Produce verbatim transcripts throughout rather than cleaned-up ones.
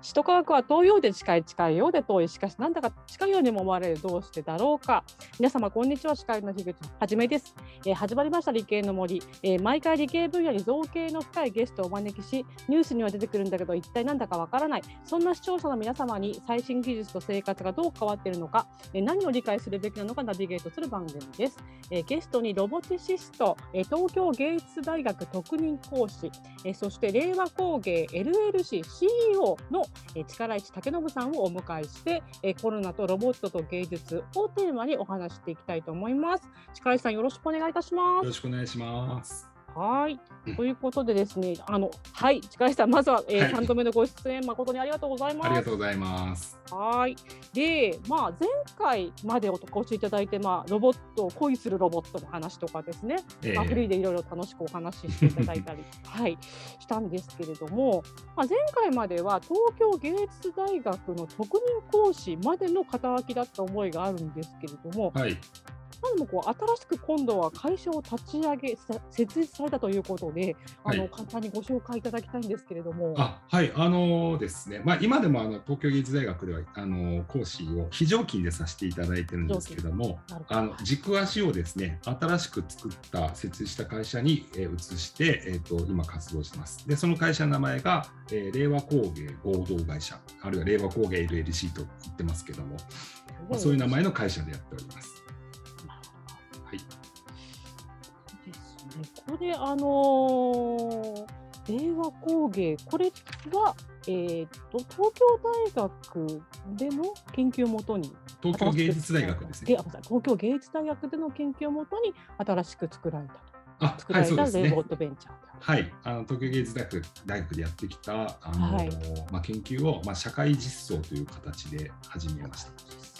首都科学は遠いようで近い、近いようで遠い、しかしなんだか近いようにも思われる、どうしてだろうか。皆様こんにちは、司会の樋口はじめです。えー、始まりました理系の森、えー、毎回理系分野に造形の深いゲストをお招きし、ニュースには出てくるんだけど一体なんだかわからない、そんな視聴者の皆様に最新技術と生活がどう変わっているのか、えー、何を理解するべきなのかナビゲートする番組です。えー、ゲストにロボティシスト、えー、東京芸術大学特任講師、えー、そして令和工芸 エルエルシー シーイーオー の力石武信さんをお迎えして、コロナとロボットと芸術をテーマにお話していきたいと思います。力石さん、よろしくお願いいたします。 よろしくお願いします。 はい、ということでですね、あのはい力石さん、まずは、えーはい、さんどめのご出演誠にありがとうございます。 ありがとうございます。 はい。で、まあ前回までお越しいただいて、まあロボットを恋するロボットの話とかですね、えー、まあ、フリーでいろいろ楽しくお話ししていただいたりはいしたんですけれども、まあ、前回までは東京芸術大学の特任講師までの肩書きだった思いがあるんですけれども。はい、でもこう新しく今度は会社を立ち上げ設立されたということで、あの、はい、簡単にご紹介いただきたいんですけれども。 あはいあのー、ですね、まあ、今でもあの東京芸術大学ではあの講師を非常勤でさせていただいてるんですけども、あの軸足をですね新しく作った設立した会社に、えー、移して、えー、と今活動してます。でその会社の名前が、えー、令和工芸合同会社、あるいは令和工芸 エルエルシー と言ってますけども、まあ、そういう名前の会社でやっております。はい、 ですね、これあのー、令和工芸、これは、えー、と東京大学での研究をもとに、 東京芸術大学ですね。 東京芸術大学での研究をもとに新しく作られたと。 あ作られたレボットベンチャー。 はい、あの東京芸術大学、大学でやってきたあの、はい、まあ、研究を、まあ、社会実装という形で始めました。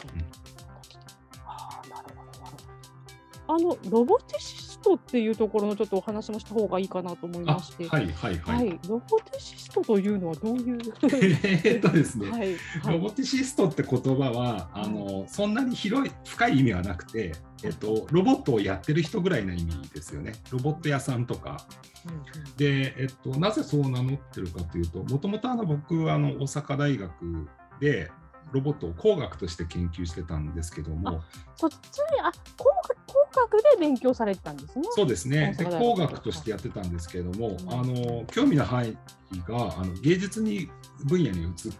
あのロボティシストっていうところのちょっとお話もした方がいいかなと思いまして、 はいはいはい、はい、 ロボティシストというのはどういうえっとですね、 はいはい、ロボティシストって言葉はあのそんなに広い深い意味はなくて、えっと、ロボットをやってる人ぐらいの意味ですよね。ロボット屋さんとか、うんうん、で、えっと、なぜそう名乗ってるかというと、もともと僕あの大阪大学でロボットを工学として研究してたんですけども、 そっちあ工学、工学で勉強されてたんですね。 そうですね。で工学としてやってたんですけれども、うん、あの興味の範囲があの芸術に分野に移って、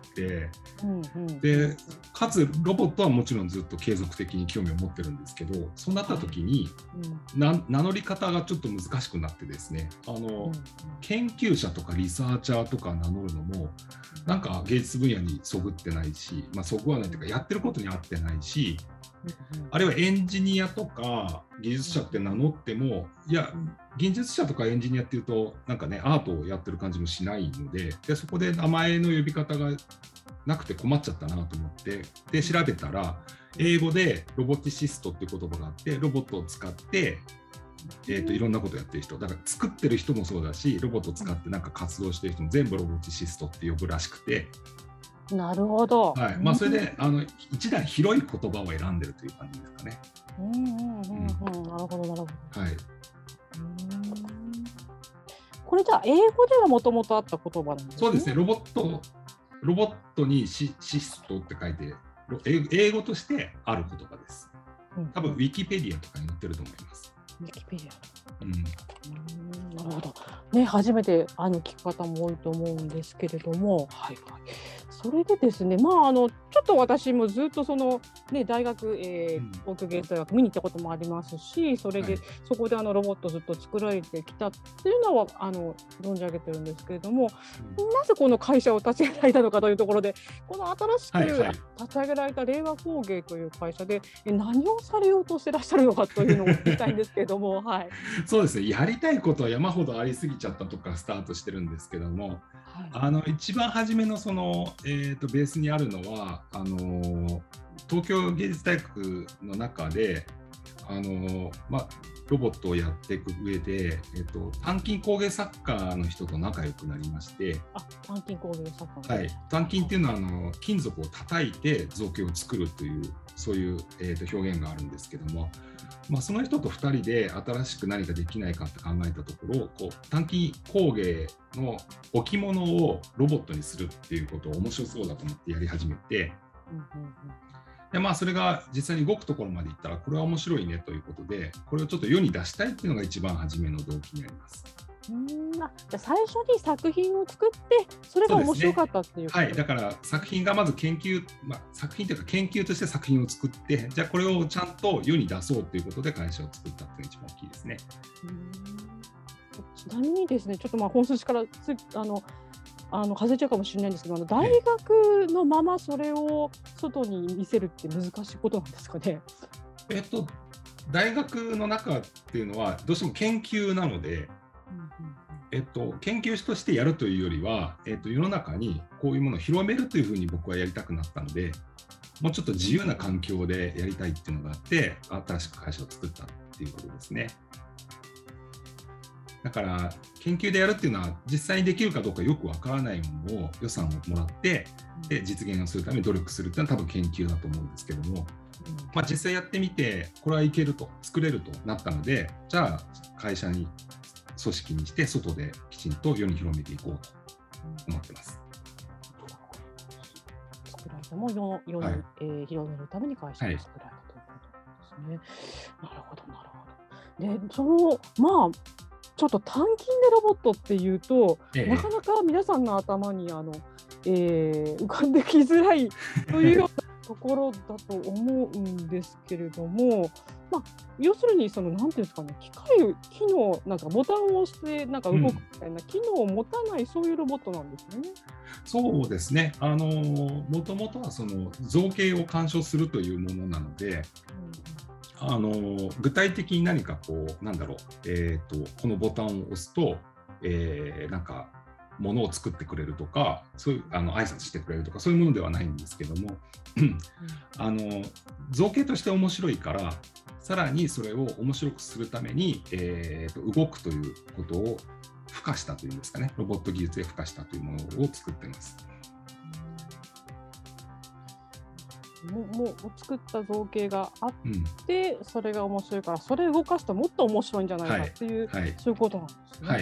うんうん、でかつロボットはもちろんずっと継続的に興味を持ってるんですけど、そうなった時に、うん、な名乗り方がちょっと難しくなってですね、あの、うん、研究者とかリサーチャーとか名乗るのもなんか芸術分野にそぐってないし、まあ、そぐわないというかやってることに合ってないし、あるいはエンジニアとか技術者って名乗っても、いや技術者とかエンジニアっていうとなんかねアートをやってる感じもしないの で, でそこで名前の呼び方がなくて困っちゃったなと思って、で調べたら英語でロボティシストっていう言葉があって、ロボットを使ってえー、といろんなことをやってる人だから、作ってる人もそうだし、ロボットを使ってなんか活動してる人も全部ロボティシストって呼ぶらしくて。 なるほど、 はい、まあ、それであの一段広い言葉を選んでるという感じですかね。 うんうんうんうん、なるほどなるほど。 はい、 うんこれじゃあ英語ではもともとあった言葉なんですね。 そうですね。ロボットロボットにシストって書いて英語としてある言葉です。多分ウィキペディアとかに載ってると思います。 ウィキペディア、 うん、 うんなるほど、ね、初めてあの聞く方も多いと思うんですけれども、はいはい、それでですね、まあ、あのちょっと私もずっとその、ね、大学、えー、東京芸術大学見に行ったこともありますし、それで、はい、そこであのロボットずっと作られてきたっていうのはあの存じ上げてるんですけれども、うん、なぜこの会社を立ち上げられたのかというところで、この新しく立ち上げられた令和工芸という会社で、はいはい、何をされようとしてらっしゃるのかというのを聞きたいんですけれども、はい、 そうですね、やりたいことは山ほどありすぎちゃったとかスタートしてるんですけども、はい、あの一番初めのその、えー、とベースにあるのはあの東京芸術大学の中であのまあ、ロボットをやっていく上で、えっと、単筋工芸作家の人と仲良くなりまして。 あ、単筋工芸作家、 はい、単筋っていうのはあの金属を叩いて造形を作るというそういう、えー、と表現があるんですけども、まあ、その人とふたりで新しく何かできないかって考えたところ、こう単筋工芸の置物をロボットにするっていうことを面白そうだと思ってやり始めて、うんうんうん、でまあ、それが実際に動くところまでいったらこれは面白いねということで、これをちょっと世に出したいっていうのが一番初めの動機になります。 うん、あ、じゃあ最初に作品を作ってそれが面白かったっていうこと。 はい、だから作品がまず研究、まあ、作品というか研究として作品を作って、じゃあこれをちゃんと世に出そうということで会社を作ったっていうのが一番大きいですね。 うん、ちなみにですね、ちょっとまあ本筋からつあのあの外れちゃうかもしれないんですけど、あの大学のままそれを外に見せるって難しいことなんですかね。 えっと大学の中っていうのはどうしても研究なので、えっと、研究としてやるというよりは、えっと、世の中にこういうものを広めるというふうに僕はやりたくなったので、もうちょっと自由な環境でやりたいっていうのがあって、新しく会社を作ったっていうことですね。だから研究でやるっていうのは実際にできるかどうかよくわからないものを予算をもらってで実現をするために努力するっていうのは多分研究だと思うんですけども、まあ、実際やってみてこれはいけると作れるとなったので、じゃあ会社に組織にして外できちんと世に広めていこうと思ってます。 作られても世, 世に、はい、えー、広めるために会社が作られたということですね。はい、なるほどなるほど。でそのまあちょっと単筋でロボットっていうと、ええ、なかなか皆さんの頭にあの、えー、浮かんできづらいというようなところだと思うんですけれども、まあ、要するにそのなんていうんですかね、機械機能なんかボタンを押してなんか動くみたいな機能を持たない、うん、そういうロボットなんですね。 そうですね。あのもともとはその造形を鑑賞するというものなので。うん、あの具体的に何かこうなんだろう、えーと、このボタンを押すと、えー、なんか物を作ってくれるとか、そういうあの挨拶してくれるとかそういうものではないんですけども、あの造形として面白いからさらにそれを面白くするために、えーと、動くということを付加したというんですかね、ロボット技術で付加したというものを作っています。 ももう作った造形があって、うん、それが面白いからそれを動かすともっと面白いんじゃないかっていう、はいはい、そういうことなんですね。はい、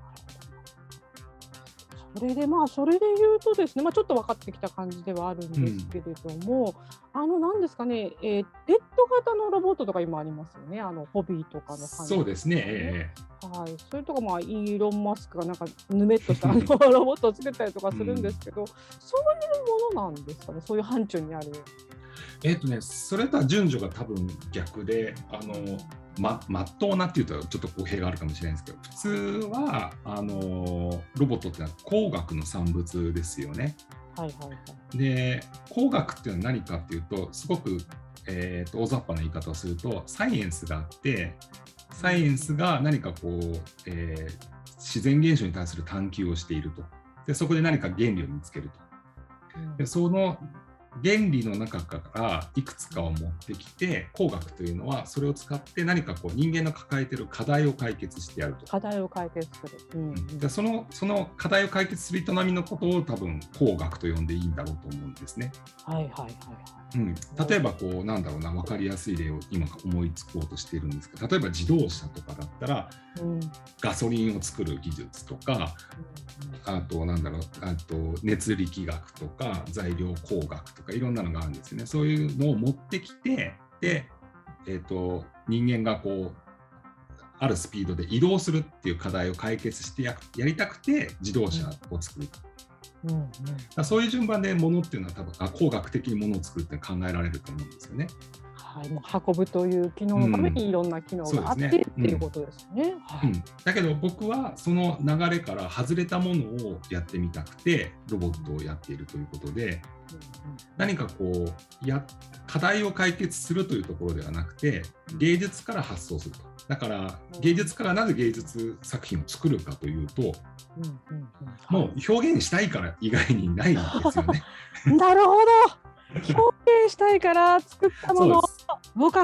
それでまあそれで言うとですね、まあ、ちょっと分かってきた感じではあるんですけれども、うん、あの何ですかね、えー、レッド型のロボットとか今ありますよね、あのホビーとかの感じ、ね、 そうですね、えーはい、それとかまあイーロン・マスクがなんかぬめっとしたあのロボットを作ったりとかするんですけど、うん、そういうものなんですかね、そういう範疇にある。 えーとね、それとは順序が多分逆で、あのま、まっとうなっていうとちょっと語弊があるかもしれないんですけど、普通はあのロボットってのは工学の産物ですよね。はいはいはい、で工学っていうのは何かっていうと、すごく、えーと大雑把な言い方をするとサイエンスがあって、サイエンスが何かこう、えー、自然現象に対する探求をしていると。でそこで何か原理を見つけると。でその原理の中からいくつかを持ってきて、工学というのはそれを使って何かこう人間の抱えている課題を解決してやると。 課題を解決する、うんうん、 でその、その課題を解決する営みのことを多分工学と呼んでいいんだろうと思うんですね。 はいはいはいはい、 うん、例えばこうなんだろうな、分かりやすい例を今思いつこうとしているんですけど、例えば自動車とかだったら、うん、ガソリンを作る技術とか、うん、あとなんだろう、あと熱力学とか材料工学とかいろんなのがあるんですよね。そういうのを持ってきて、で、えーと、人間がこうあるスピードで移動するっていう課題を解決して や, やりたくて自動車を作ると。うんうんうん、そういう順番で物っていうのは多分あ工学的に物を作るって考えられると思うんですよね。 はい、もう運ぶという機能のためにいろんな機能があって、うん、っていうことですね。うんはいうん、 だけど僕はその流れから外れたものをやってみたくてロボットをやっているということで、うんうん、何かこうや課題を解決するというところではなくて芸術から発想すると。だから芸術からなぜ芸術作品を作るかというと、うんうんうん、もう表現したいから以外にないんですよね。 なるほど、表現したいから作ったものを動かす。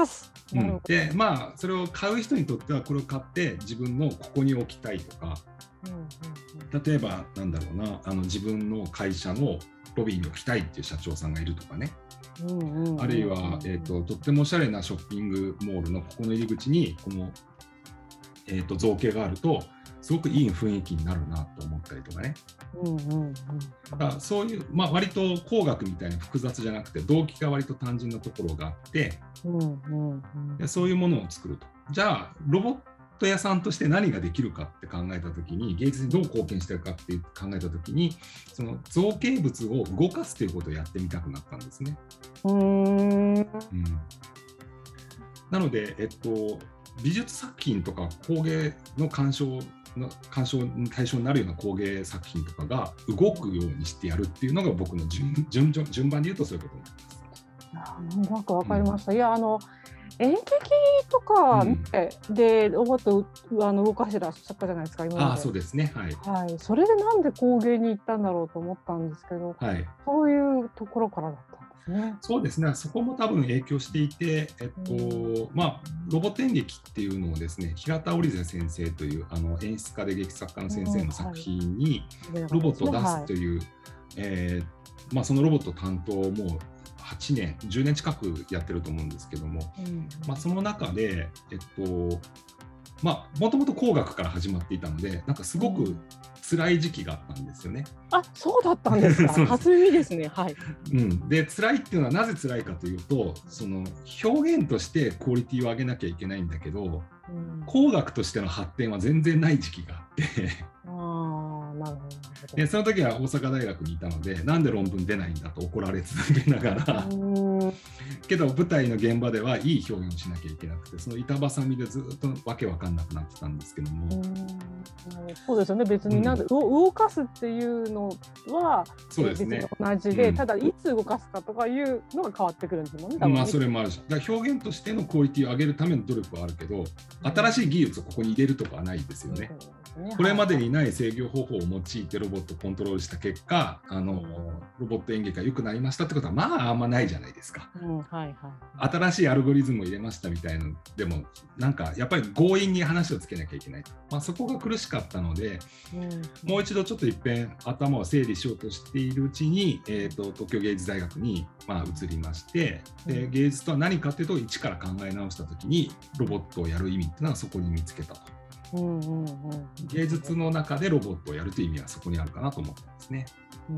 うん、でまあそれを買う人にとってはこれを買って自分のここに置きたいとか、うんうんうん、例えばなんだろうな、あの自分の会社のロビーに置きたいっていう社長さんがいるとかね、うんうんうん、あるいは、えーと、とってもおしゃれなショッピングモールのここの入り口にこの、えーと、造形があるとすごくいい雰囲気になるなと思ったりとかね、うんうんうん、だからそういう、まあ、割と工学みたいに複雑じゃなくて動機が割と単純なところがあって、うんうんうん、でそういうものを作ると。じゃあロボット屋さんとして何ができるかって考えたときに、芸術にどう貢献してるかって考えたときに、その造形物を動かすということをやってみたくなったんですね。うーん、うん、なので、えっと、美術作品とか工芸の鑑賞の鑑賞の対象になるような工芸作品とかが動くようにしてやるっていうのが僕の 順, 順, 順番で言うとそういうことになります。 なんか分かりました、うん、いやあの演劇とか、ね、うん、でロボットあの動かしてらっしゃったじゃないですか今まで。 ああそうですね、はいはい、それでなんで工芸に行ったんだろうと思ったんですけど、はい、そういうところからだったんですね。 そうですね、そこも多分影響していて、えっとうんまあ、ロボット演劇っていうのをですね、平田織瀬先生というあの演出家で劇作家の先生の作品にロボットを出すという、うんはいえーまあ、そのロボット担当もはちねんじゅうねん近くやってると思うんですけども、うんまあ、その中で、えっとまあ、もともと工学から始まっていたので、なんかすごく辛い時期があったんですよね。 うん、あ、そうだったんですか。初耳ですね。はい。 うん、で辛いっていうのはなぜ辛いかというと、その表現としてクオリティを上げなきゃいけないんだけど、うん、工学としての発展は全然ない時期があってあなるほどでその時は大阪大学にいたので、なんで論文出ないんだと怒られ続けながらけど舞台の現場ではいい表現をしなきゃいけなくて、その板挟みでずっとわけわかんなくなってたんですけども、うんそうですよね、別になんで、うん、動かすっていうのはそうです、ね、別に同じで、うん、ただいつ動かすかとかいうのが変わってくるんですもんね。 まあそれもあるし、だから表現としてのクオリティを上げるための努力はあるけど、うん、新しい技術をここに入れるとかはないですよね。うん、これまでにない制御方法を用いてロボットをコントロールした結果、あの、うん、ロボット演劇が良くなりましたってことはまああんまないじゃないですか。うんはいはい、新しいアルゴリズムを入れましたみたいなのでもなんかやっぱり強引に話をつけなきゃいけない、まあ、そこが苦しかったので、うん、もう一度ちょっと一遍頭を整理しようとしているうちに、えーと、東京芸術大学にまあ移りまして、で芸術とは何かというと一から考え直した時にロボットをやる意味っていうのはそこに見つけたと。うんうんうん、芸術の中でロボットをやるという意味はそこにあるかなと思ってますね。うん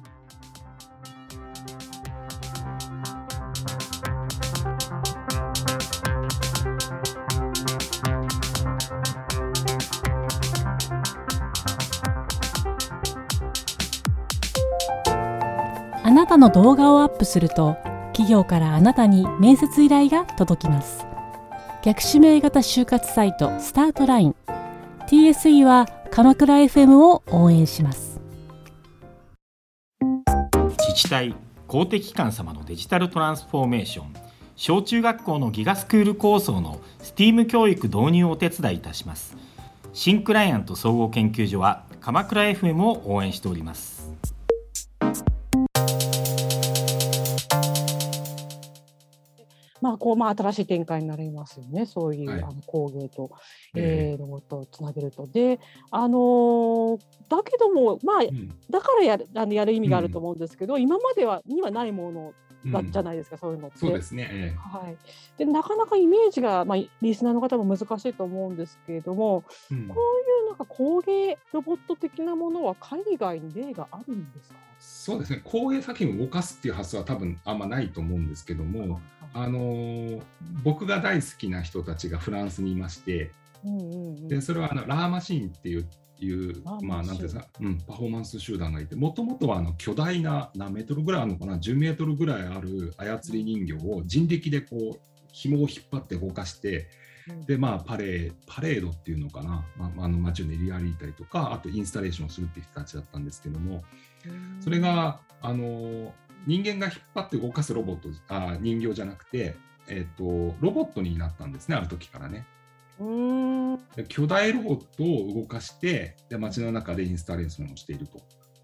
あなたの動画をアップすると企業からあなたに面接依頼が届きます。逆指名型就活サイトスタートライン ティーエスイー は鎌倉 エフエム を応援します。 自治体公的機関様のデジタルトランスフォーメーション、小中学校のギガスクール構想の スティーム 教育導入をお手伝いいたします。新クライアント総合研究所は鎌倉 エフエム を応援しております。 まあこうまあ、新しい展開になりますよね、そういう、はい、あの工芸と、えー、ロボットをつなげると。で、あのー、だけども、まあ、うん、だからやる、あのやる意味があると思うんですけど、うん、今まではにはないものだじゃないですか、うん、そういうのって。 そうですね、 はい、でなかなかイメージが、まあ、リスナーの方も難しいと思うんですけれども、うん、こういうなんか工芸ロボット的なものは海外に例があるんですか？ そうですね、工芸作品を動かすっていう発想は多分あんまないと思うんですけども、あのー、僕が大好きな人たちがフランスにいまして、うんうんうん、でそれはあのラーマシーンっていういうまあなんていうか、うん、パフォーマンス集団がいて、もともとはあの巨大な何メートルぐらいあるのかな、じゅうメートルぐらいある操り人形を人力でこう紐を引っ張って動かして、でまあパレーパレードっていうのかな、まあ、あの街を練り歩いたりとか、あとインスタレーションをするっていう人たちだったんですけども、それがあの人間が引っ張って動かすロボット、あ人形じゃなくて、えーと、ロボットになったんですね、ある時からね。うーんで巨大ロボットを動かして、で街の中でインスタレーションをしていると。 あ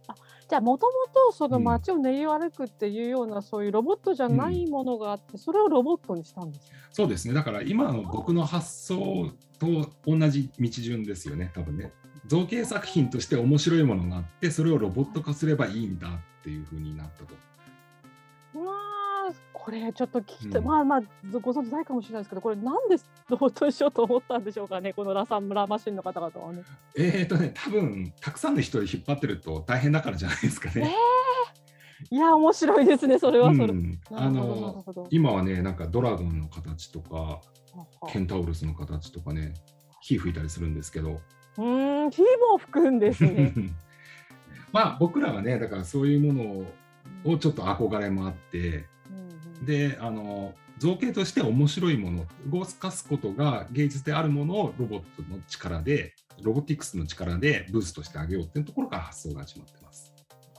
じゃあもともとその街を練り歩くっていうような、うん、そういうロボットじゃないものがあって、うん、それをロボットにしたんです。 そうですね。だから今の僕の発想と同じ道順ですよね、多分ね。造形作品として面白いものがあって、それをロボット化すればいいんだっていう風になったと。 うわー、これちょっと聞きたい、うん、まあまあご存知ないかもしれないですけど、これなんでロボットにしようと思ったんでしょうかね、このラサンブラマシンの方々はね。 えーとね、多分たくさんの人を引っ張ってると大変だからじゃないですかね。 えー、いや面白いですね、それはそれ。うん、 あの今はね、なんかドラゴンの形とかケンタウロスの形とかね、火吹いたりするんですけど。 うーん、火も吹くんですね。 まあ僕らはね、だからそういうものをちょっと憧れもあって、うんうん、であの造形として面白いもの、動かすことが芸術であるものをロボットの力で、ロボティクスの力でブーストしてあげようっていうところから発想が始まってます。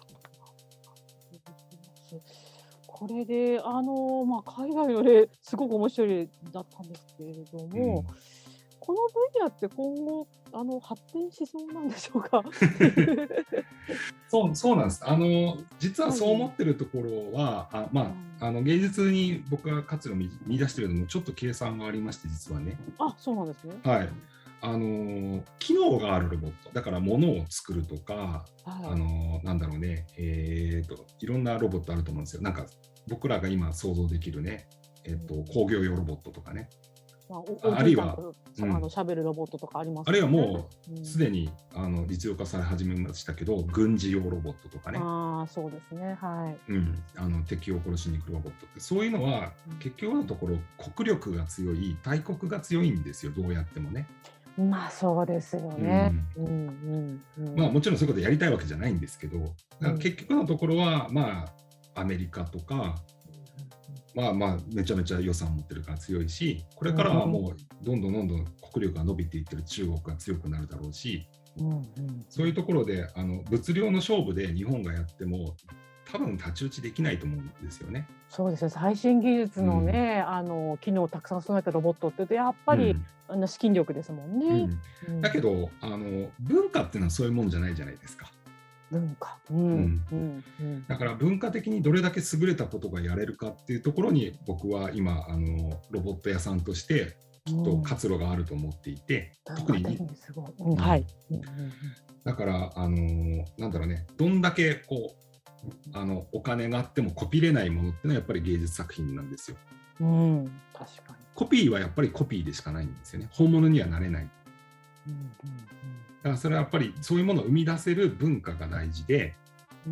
これであの、まあ、海外の例すごく面白いだったんですけれども、うん、この分野って今後あの発展しそうなんでしょうか。 そう、そうなんです。あの実はそう思ってるところは、あ、まあ、あの芸術に僕が活路を見出しているのもちょっと計算がありまして、実はね。 あ、そうなんですね。 はい。あの機能があるロボットだから物を作るとか、はい、あのなんだろうね、えーと、いろんなロボットあると思うんですよ。なんか僕らが今想像できるね、えーと、工業用ロボットとかね、 まあ、あるいはあのしゃべるロボットとかありますね。 あるいはもうすでにあの実用化され始めましたけど、軍事用ロボットとかね。 ああ、そうですね。はい。 うん、あの敵を殺しに行くロボットって、そういうのは、うん、結局のところ国力が強い、大国が強いんですよ、どうやってもね。 まあそうですよね。 まあもちろんそういうことやりたいわけじゃないんですけど、だから結局のところは、まあアメリカとか、まあまあめちゃめちゃ予算持ってるから強いし、これからはもうどんどんどんどん国力が伸びていってる中国が強くなるだろうし、うんうん、そういうところであの物量の勝負で日本がやっても多分太刀打ちできないと思うんですよね。 そうですね。最新技術のね、うん、あの機能をたくさん備えたロボットって言うとやっぱり、うん、資金力ですもんね。 うんうん、だけどあの文化っていうのはそういうもんじゃないじゃないですか。 文化、うんうんうんうん、 だから文化的にどれだけ優れたことがやれるかっていうところに僕は今あのロボット屋さんとしてきっと活路があると思っていて、うん、特に、 うんはい、 だからあのなんだろうね、どんだけこうあのお金があってもコピれないものってのはやっぱり芸術作品なんですよ。 うん、確かに。 コピーはやっぱりコピーでしかないんですよね。本物にはなれない。うんうんうん、だからそれはやっぱりそういうものを生み出せる文化が大事で、うん、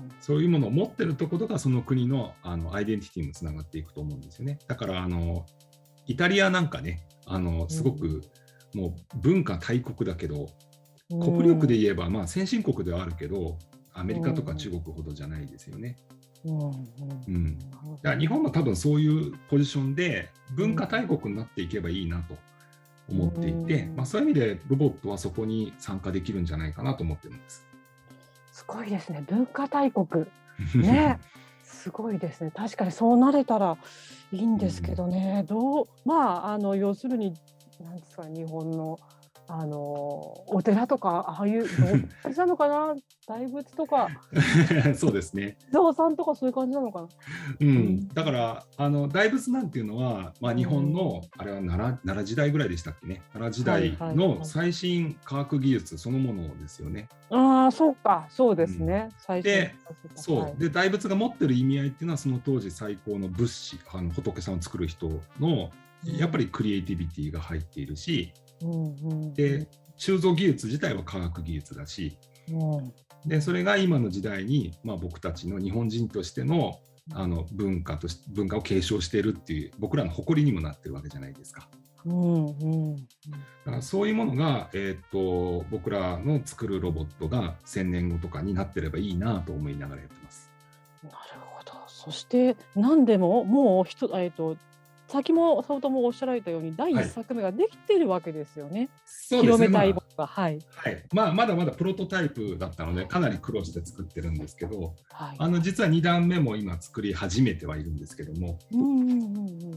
そういうものを持ってるところがその国の、あのアイデンティティにもつながっていくと思うんですよね。だからあのイタリアなんかね、あのすごくもう文化大国だけど、うん、国力で言えばまあ先進国ではあるけどアメリカとか中国ほどじゃないですよね。うんうんうん、だから日本も多分そういうポジションで文化大国になっていけばいいなと思っていて、うんまあ、そういう意味でロボットはそこに参加できるんじゃないかなと思ってるんです。 すごいですね、文化大国ねすごいですね。確かにそうなれたらいいんですけどね、うん、どうまああの要するに何ですか、日本のあのお寺とかああいう感じなのかな大仏とかそうですね、 伊沢さんとかそういう感じなのかな、 うんうん、だからあの大仏なんていうのは、まあ、日本の、うん、あれは奈良、奈良時代ぐらいでしたっけね、奈良時代の最新科学技術そのものですよね。 ああそうか、そうですね、うん、最新でそう、はい、で大仏が持ってる意味合いっていうのはその当時最高の仏師、あの仏さんを作る人のやっぱりクリエイティビティが入っているし、うんうん、で鋳造技術自体は科学技術だし、うん、でそれが今の時代に、まあ、僕たちの日本人としての、あの文化とし文化を継承しているっていう僕らの誇りにもなってるわけじゃないですか。うんうん、だからそういうものが、えー、っと僕らの作るロボットがせんねんごとかになってればいいなと思いながらやってます。 なるほど。そして何でももうひと、えー、っと先も先ほどもおっしゃられたようにだいいっさくめができているわけですよね。はい、広めたいもは、はい、 はい、まあ、まだまだプロトタイプだったのでかなり苦労して作ってるんですけど、はい、あの実はにだんめも今作り始めてはいるんですけども、うんうんうんうん、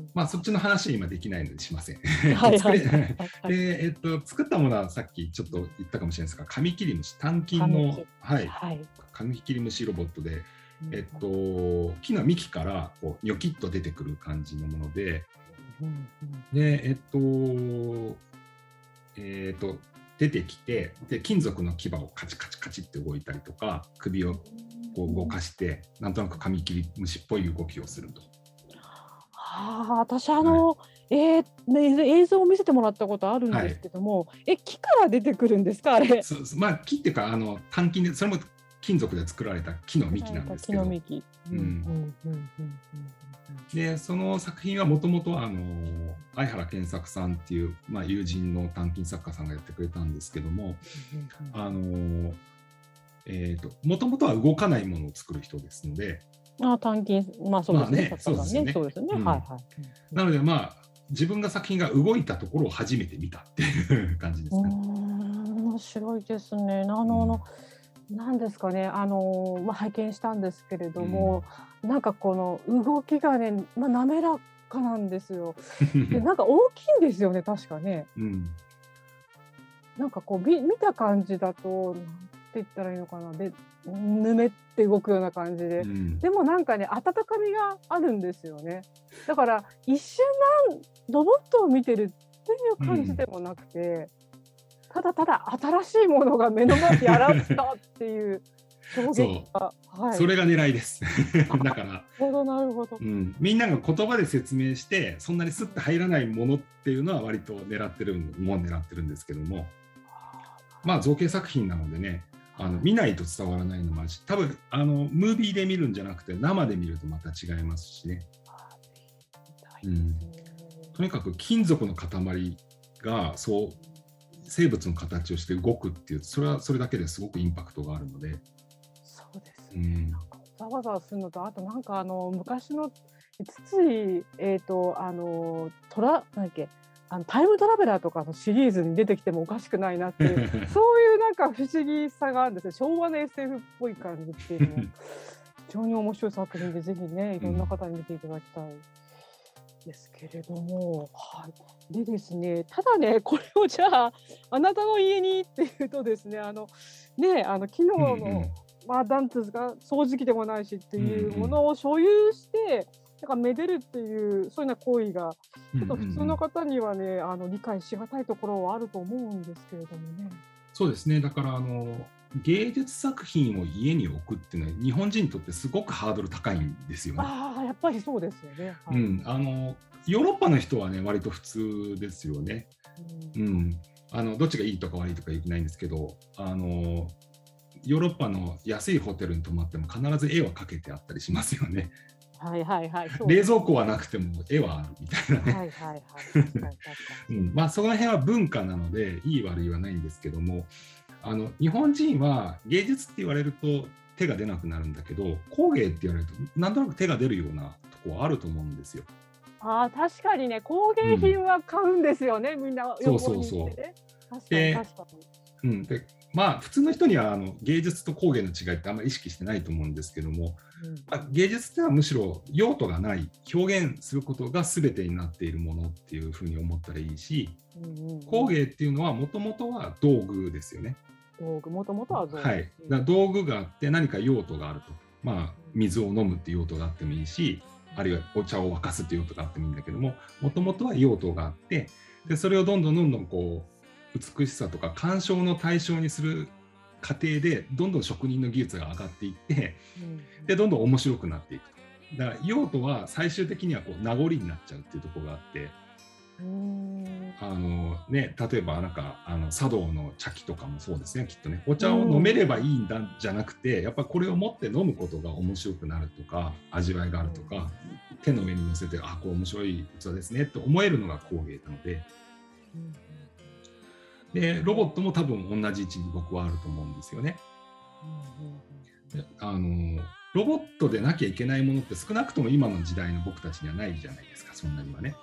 まあ、そっちの話は今できないのでしません。はいはいはい、で、えっと、作ったものはさっきちょっと言ったかもしれないですが、カミキリムシ、単金の、はいはい、カミキリムシロボットで、えっと、木の幹からこうニョキッと出てくる感じのもので、うんうん、で、えっと、えっと出てきて、で金属の牙をカチカチカチって動いたりとか、首をこう動かしてなんとなくカミキリムシっぽい動きをすると。 はあ、私あの、はい、えーね、映像を見せてもらったことあるんですけども、はい、え木から出てくるんですかあれ。 そうまあ、木っていうかあの単金で、それも金属で作られた木の幹なんですけど、木の幹、うんうんうん、でその作品はもともと相原健作さんっていう、まあ、友人の単金作家さんがやってくれたんですけども、あのえーと、もともとは動かないものを作る人ですので、 あ単金、まあそうですね、そうですね、そうですね、はいはい。 なのでまあ自分が作品が動いたところを初めて見たっていう感じですね。 面白いですね。あの、うんなんですかね、あのまあ、拝見したんですけれども、うん、なんかこの動きがね、まあ、滑らかなんですよ。でなんか大きいんですよね、確かね。うん、なんかこう見た感じだと、なんて言ったらいいのかな、でぬめって動くような感じで、うん、でもなんかね、温かみがあるんですよね。だから一瞬なんロボットを見てるっていう感じでもなくて、うんただただ新しいものが目の前に現れたっていう表現が、 そう、はい、それが狙いですだからなるほどなるほど、 うん、みんなが言葉で説明してそんなにスッと入らないものっていうのは割と狙ってるもん狙ってるんですけども、まあ造形作品なのでね、あの見ないと伝わらないのもあるし、多分あのムービーで見るんじゃなくて生で見るとまた違いますしね、うん、とにかく金属の塊がそう生物の形をして動くっていう、それはそれだけですごくインパクトがあるので。 そうですね、うん、なんかざわざわするのと、あとなんかあの昔の筒井、えーとあのトラなんだっけあのタイムトラベラーとかのシリーズに出てきてもおかしくないなっていうそういうなんか不思議さがあるんですね。昭和の エスエフ っぽい感じっていうのは非常に面白い作品で、ぜひねいろんな方に見ていただきたいですけれども、はい、でですね、ただね、これをじゃああなたの家にっていうとですね、あのねあの機能の、うんうん、まあなんていうんですか、掃除機でもないしっていうものを所有して、うんうん、なんかめでるっていうそういうような行為がちょっと普通の方にはね、うんうん、あの理解しがたいところはあると思うんですけれどもね。 そうですね、だからあの芸術作品を家に置くっていうのは日本人にとってすごくハードル高いんですよね。 ああ、やっぱりそうですよね、 はい、うん、あのヨーロッパの人はね割と普通ですよね、うんうん、あのどっちがいいとか悪いとか言えないんですけど、あのヨーロッパの安いホテルに泊まっても必ず絵は描けてあったりしますよね。 はいはいはい、 冷蔵庫はなくても絵はあるみたいなね。はいはいはい。うん、まあその辺は文化なのでいい悪いはないんですけども、あの日本人は芸術って言われると手が出なくなるんだけど、工芸って言われるとなんとなく手が出るようなとこはあると思うんですよ。 ああ、確かにね、工芸品は買うんですよね、うん、みんな旅行に行ってね。そうそうそう。確かに確かに。うん、でまあ普通の人にはあの芸術と工芸の違いってあんまり意識してないと思うんですけども、うんまあ、芸術ってのはむしろ用途がない表現することが全てになっているものっていうふうに思ったらいいし、うんうんうん、工芸っていうのはもともとは道具ですよね。 道具、もともとは道具、 はい、だ道具があって何か用途があると、まあ水を飲むっていう用途があってもいいし、あるいはお茶を沸かすっていう用途があってもいいんだけども、もともとは用途があって、でそれをどんどんどんどんこう美しさとか鑑賞の対象にする過程でどんどん職人の技術が上がっていって、うん、でどんどん面白くなっていくと。だから用途は最終的にはこう名残になっちゃうっていうところがあって、うーんあのね、例えばなんかあの茶道の茶器とかもそうですね、きっとね、お茶を飲めればいいんだじゃなくて、やっぱこれを持って飲むことが面白くなるとか、味わいがあるとか、うん、手の上に乗せてあこれ面白い器ですねって思えるのが工芸なので、うんでロボットも多分同じ位置に僕はあると思うんですよね。であのロボットでなきゃいけないものって少なくとも今の時代の僕たちにはないじゃないですか、そんなにはね。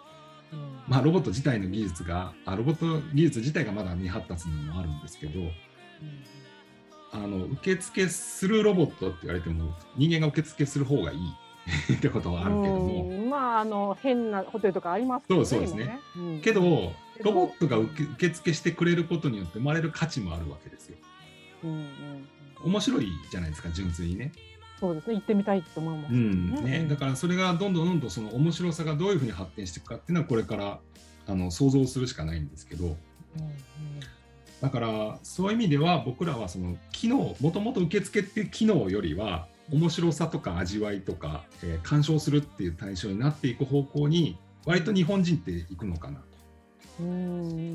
まあ、ロボット自体の技術があロボット技術自体がまだ未発達なのもあるんですけど、あの受付するロボットって言われても人間が受付する方がいいってことはあるけども、 まああの変なホテルとかありますけどね。 そうそうですね、 うん、 けどロボットが受付してくれることによって生まれる価値もあるわけですよ。うんうん、面白いじゃないですか、純粋にね。 そうですね、行ってみたいと思います、ねうんねうん、だからそれがどんどんどんどんその面白さがどういうふうに発展していくかっていうのはこれからあの想像するしかないんですけど、うんうん、だからそういう意味では僕らはその機能、もともと受付っていう機能よりは面白さとか味わいとか、えー、鑑賞するっていう対象になっていく方向に割と日本人っていくのかなと。うん、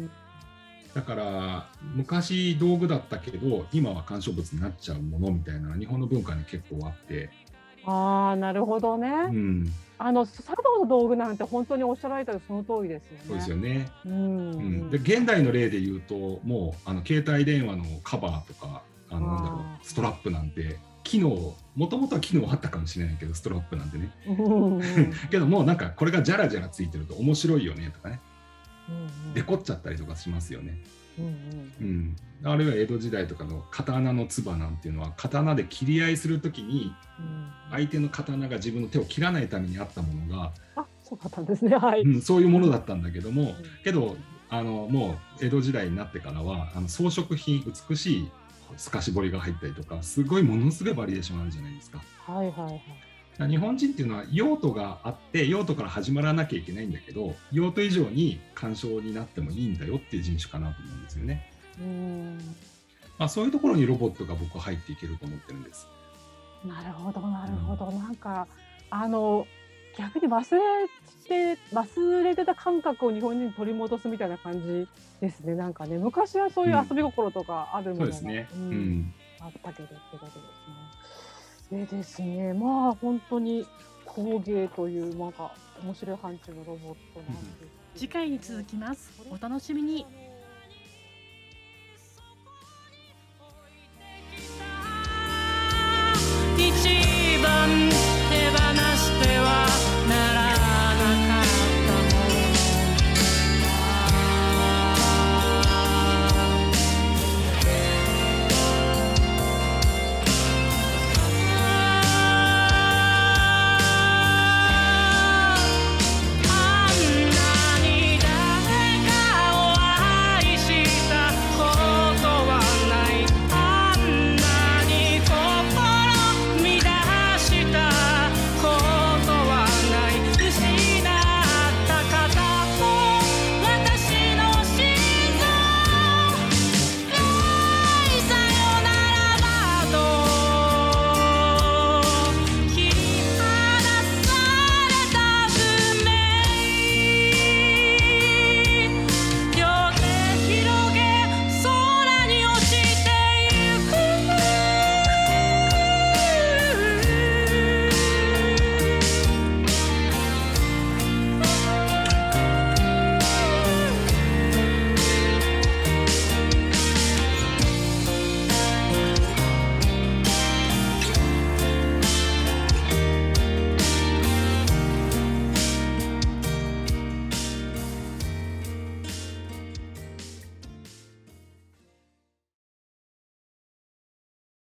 だから昔道具だったけど今は鑑賞物になっちゃうものみたいな日本の文化に結構あって。 ああ、なるほどね、うん、あの茶道の道具なんて本当におっしゃられたらその通りですよね。 そうですよね、うんうん、で現代の例で言うともうあの携帯電話のカバーとかあのなんだろうストラップなんて機能もともとは機能あったかもしれないけどストラップなんてねけどもうなんかこれがジャラジャラついてると面白いよねとかね、うんうん、デコっちゃったりとかしますよね。うんうんうん、あるいは江戸時代とかの刀のつばなんていうのは刀で切り合いするときに相手の刀が自分の手を切らないためにあったものが、 あ、そうだったんですね、はい、 うん、そういうものだったんだけども、うん、けどあのもう江戸時代になってからはあの装飾品美しい透かし彫りが入ったりとかすごいものすごいバリエーションあるじゃないですか。はいはいはい、日本人っていうのは用途があって用途から始まらなきゃいけないんだけど用途以上に鑑賞になってもいいんだよっていう人種かなと思うんですよね。うーん、まあ、そういうところにロボットが僕は入っていけると思ってるんです。 なるほどなるほど、うん、なんかあの逆に忘れて忘れてた感覚を日本人に取り戻すみたいな感じですね。なんかね昔はそういう遊び心とかあるものが、うん、そうですね、うんうん、あったけどってことですね。でですね、まあ本当に工芸というなんか面白い範疇のロボットなんです。 次回に続きます。お楽しみに。